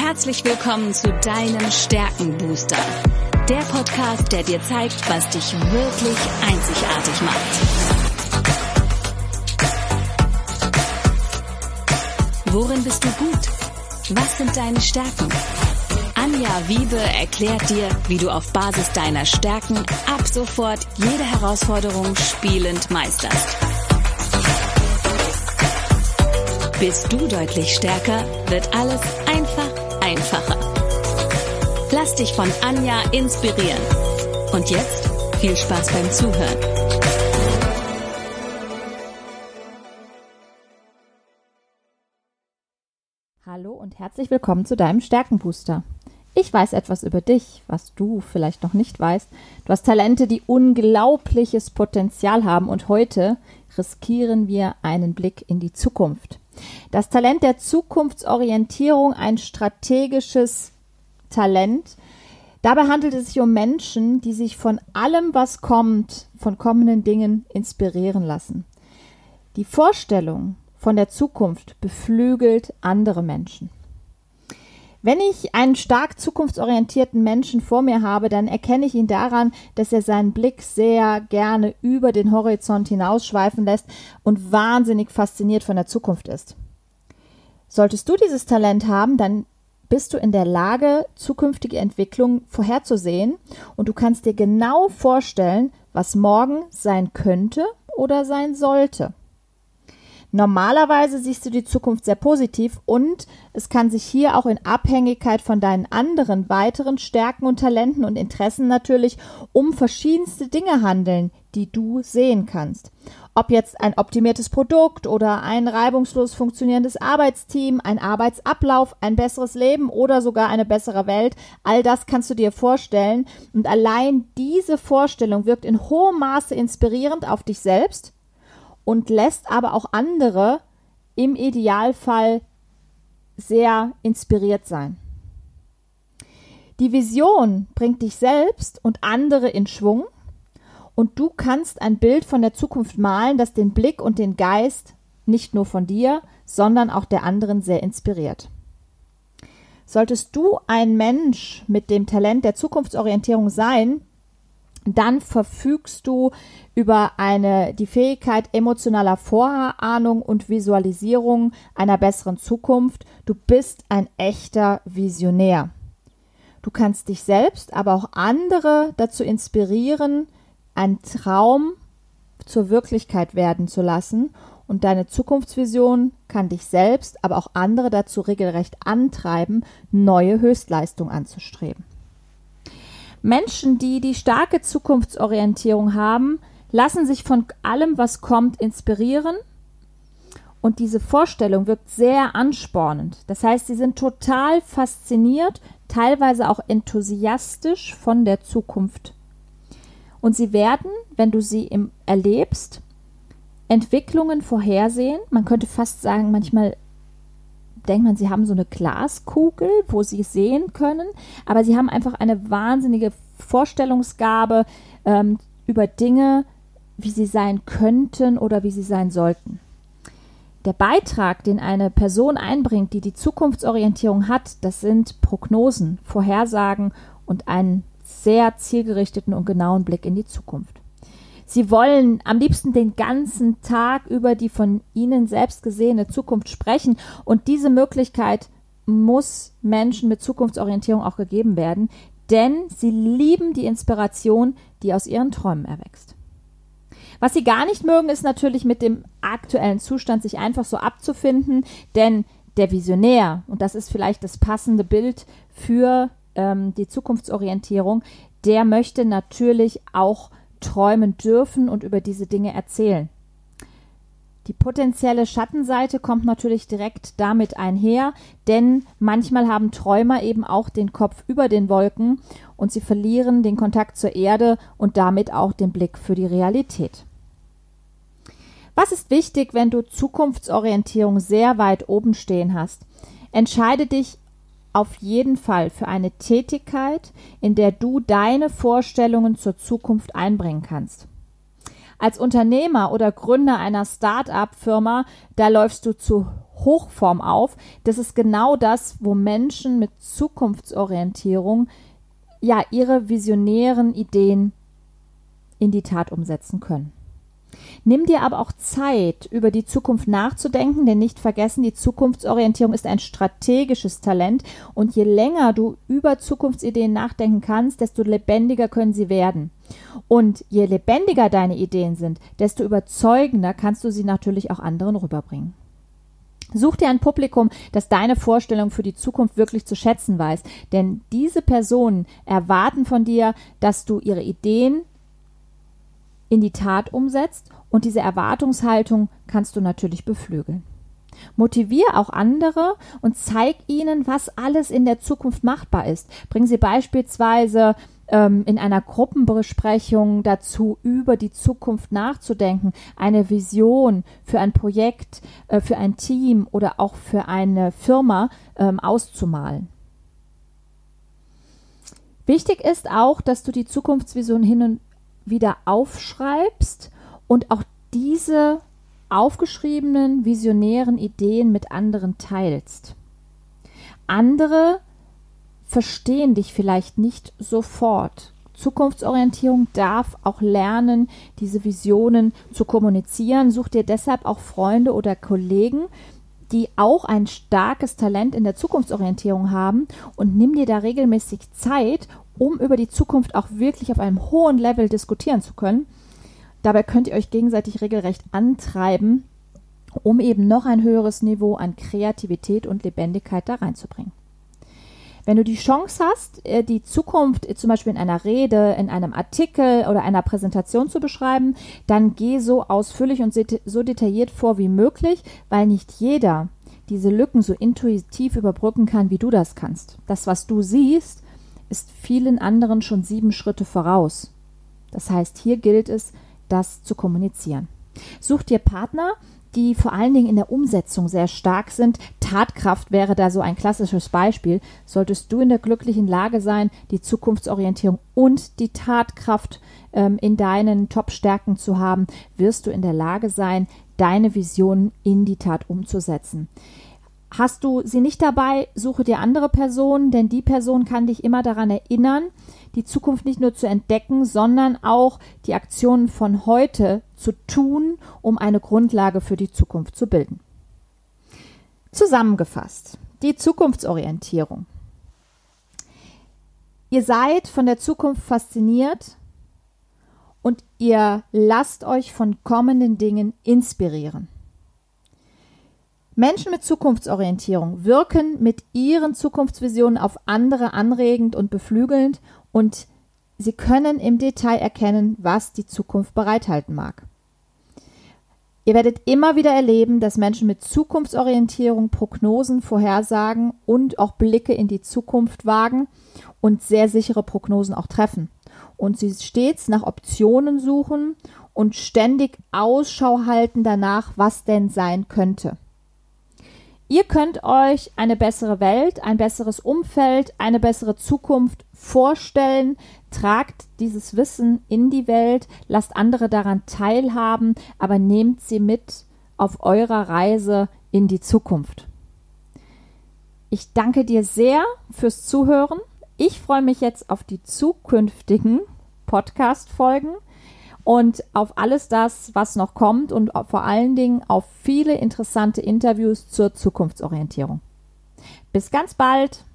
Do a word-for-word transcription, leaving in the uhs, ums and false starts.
Herzlich willkommen zu deinem Stärkenbooster. Der Podcast, der dir zeigt, was dich wirklich einzigartig macht. Worin bist du gut? Was sind deine Stärken? Anja Wiebe erklärt dir, wie du auf Basis deiner Stärken ab sofort jede Herausforderung spielend meisterst. Bist du deutlich stärker, wird alles einfach einfacher. Lass dich von Anja inspirieren. Und jetzt viel Spaß beim Zuhören. Hallo und herzlich willkommen zu deinem Stärkenbooster. Ich weiß etwas über dich, was du vielleicht noch nicht weißt. Du hast Talente, die unglaubliches Potenzial haben, und heute riskieren wir einen Blick in die Zukunft. Das Talent der Zukunftsorientierung, ein strategisches Talent. Dabei handelt es sich um Menschen, die sich von allem, was kommt, von kommenden Dingen inspirieren lassen. Die Vorstellung von der Zukunft beflügelt andere Menschen. Wenn ich einen stark zukunftsorientierten Menschen vor mir habe, dann erkenne ich ihn daran, dass er seinen Blick sehr gerne über den Horizont hinausschweifen lässt und wahnsinnig fasziniert von der Zukunft ist. Solltest du dieses Talent haben, dann bist du in der Lage, zukünftige Entwicklungen vorherzusehen, und du kannst dir genau vorstellen, was morgen sein könnte oder sein sollte. Normalerweise siehst du die Zukunft sehr positiv, und es kann sich hier auch in Abhängigkeit von deinen anderen weiteren Stärken und Talenten und Interessen natürlich um verschiedenste Dinge handeln, die du sehen kannst. Ob jetzt ein optimiertes Produkt oder ein reibungslos funktionierendes Arbeitsteam, ein Arbeitsablauf, ein besseres Leben oder sogar eine bessere Welt, all das kannst du dir vorstellen, und allein diese Vorstellung wirkt in hohem Maße inspirierend auf dich selbst und lässt aber auch andere im Idealfall sehr inspiriert sein. Die Vision bringt dich selbst und andere in Schwung, und du kannst ein Bild von der Zukunft malen, das den Blick und den Geist nicht nur von dir, sondern auch der anderen sehr inspiriert. Solltest du ein Mensch mit dem Talent der Zukunftsorientierung sein, dann verfügst du über eine, die Fähigkeit emotionaler Vorahnung und Visualisierung einer besseren Zukunft. Du bist ein echter Visionär. Du kannst dich selbst, aber auch andere dazu inspirieren, einen Traum zur Wirklichkeit werden zu lassen, und deine Zukunftsvision kann dich selbst, aber auch andere dazu regelrecht antreiben, neue Höchstleistungen anzustreben. Menschen, die die starke Zukunftsorientierung haben, lassen sich von allem, was kommt, inspirieren, und diese Vorstellung wirkt sehr anspornend. Das heißt, sie sind total fasziniert, teilweise auch enthusiastisch von der Zukunft. Und sie werden, wenn du sie im, erlebst, Entwicklungen vorhersehen. Man könnte fast sagen, manchmal denkt man, sie haben so eine Glaskugel, wo sie es sehen können, aber sie haben einfach eine wahnsinnige Vorstellungsgabe ähm, über Dinge, wie sie sein könnten oder wie sie sein sollten. Der Beitrag, den eine Person einbringt, die die Zukunftsorientierung hat, das sind Prognosen, Vorhersagen und einen sehr zielgerichteten und genauen Blick in die Zukunft. Sie wollen am liebsten den ganzen Tag über die von ihnen selbst gesehene Zukunft sprechen, und diese Möglichkeit muss Menschen mit Zukunftsorientierung auch gegeben werden, denn sie lieben die Inspiration, die aus ihren Träumen erwächst. Was sie gar nicht mögen, ist natürlich mit dem aktuellen Zustand sich einfach so abzufinden, denn der Visionär, und das ist vielleicht das passende Bild für ähm, die Zukunftsorientierung, der möchte natürlich auch träumen dürfen und über diese Dinge erzählen. Die potenzielle Schattenseite kommt natürlich direkt damit einher, denn manchmal haben Träumer eben auch den Kopf über den Wolken und sie verlieren den Kontakt zur Erde und damit auch den Blick für die Realität. Was ist wichtig, wenn du Zukunftsorientierung sehr weit oben stehen hast? Entscheide dich auf jeden Fall für eine Tätigkeit, in der du deine Vorstellungen zur Zukunft einbringen kannst. Als Unternehmer oder Gründer einer Start-up-Firma, da läufst du zu Hochform auf. Das ist genau das, wo Menschen mit Zukunftsorientierung ja ihre visionären Ideen in die Tat umsetzen können. Nimm dir aber auch Zeit, über die Zukunft nachzudenken, denn nicht vergessen, die Zukunftsorientierung ist ein strategisches Talent und je länger du über Zukunftsideen nachdenken kannst, desto lebendiger können sie werden. Und je lebendiger deine Ideen sind, desto überzeugender kannst du sie natürlich auch anderen rüberbringen. Such dir ein Publikum, das deine Vorstellung für die Zukunft wirklich zu schätzen weiß, denn diese Personen erwarten von dir, dass du ihre Ideen in die Tat umsetzt und diese Erwartungshaltung kannst du natürlich beflügeln. Motivier auch andere und zeig ihnen, was alles in der Zukunft machbar ist. Bring sie beispielsweise ähm, in einer Gruppenbesprechung dazu, über die Zukunft nachzudenken, eine Vision für ein Projekt, äh, für ein Team oder auch für eine Firma ähm, auszumalen. Wichtig ist auch, dass du die Zukunftsvision hin und wieder aufschreibst und auch diese aufgeschriebenen visionären Ideen mit anderen teilst. Andere verstehen dich vielleicht nicht sofort. Zukunftsorientierung darf auch lernen, diese Visionen zu kommunizieren. Such dir deshalb auch Freunde oder Kollegen, die auch ein starkes Talent in der Zukunftsorientierung haben und nimm dir da regelmäßig Zeit, um über die Zukunft auch wirklich auf einem hohen Level diskutieren zu können. Dabei könnt ihr euch gegenseitig regelrecht antreiben, um eben noch ein höheres Niveau an Kreativität und Lebendigkeit da reinzubringen. Wenn du die Chance hast, die Zukunft zum Beispiel in einer Rede, in einem Artikel oder einer Präsentation zu beschreiben, dann geh so ausführlich und so detailliert vor wie möglich, weil nicht jeder diese Lücken so intuitiv überbrücken kann, wie du das kannst. Das, was du siehst, ist vielen anderen schon sieben Schritte voraus. Das heißt, hier gilt es, das zu kommunizieren. Such dir Partner, die vor allen Dingen in der Umsetzung sehr stark sind. Tatkraft wäre da so ein klassisches Beispiel. Solltest du in der glücklichen Lage sein, die Zukunftsorientierung und die Tatkraft ähm, in deinen Top-Stärken zu haben, wirst du in der Lage sein, deine Visionen in die Tat umzusetzen. Hast du sie nicht dabei, suche dir andere Personen, denn die Person kann dich immer daran erinnern, die Zukunft nicht nur zu entdecken, sondern auch die Aktionen von heute zu tun, um eine Grundlage für die Zukunft zu bilden. Zusammengefasst, die Zukunftsorientierung. Ihr seid von der Zukunft fasziniert und ihr lasst euch von kommenden Dingen inspirieren. Menschen mit Zukunftsorientierung wirken mit ihren Zukunftsvisionen auf andere anregend und beflügelnd und sie können im Detail erkennen, was die Zukunft bereithalten mag. Ihr werdet immer wieder erleben, dass Menschen mit Zukunftsorientierung Prognosen vorhersagen und auch Blicke in die Zukunft wagen und sehr sichere Prognosen auch treffen. Und sie stets nach Optionen suchen und ständig Ausschau halten danach, was denn sein könnte. Ihr könnt euch eine bessere Welt, ein besseres Umfeld, eine bessere Zukunft vorstellen. Tragt dieses Wissen in die Welt, lasst andere daran teilhaben, aber nehmt sie mit auf eurer Reise in die Zukunft. Ich danke dir sehr fürs Zuhören. Ich freue mich jetzt auf die zukünftigen Podcast-Folgen und auf alles das, was noch kommt und vor allen Dingen auf viele interessante Interviews zur Zukunftsorientierung. Bis ganz bald!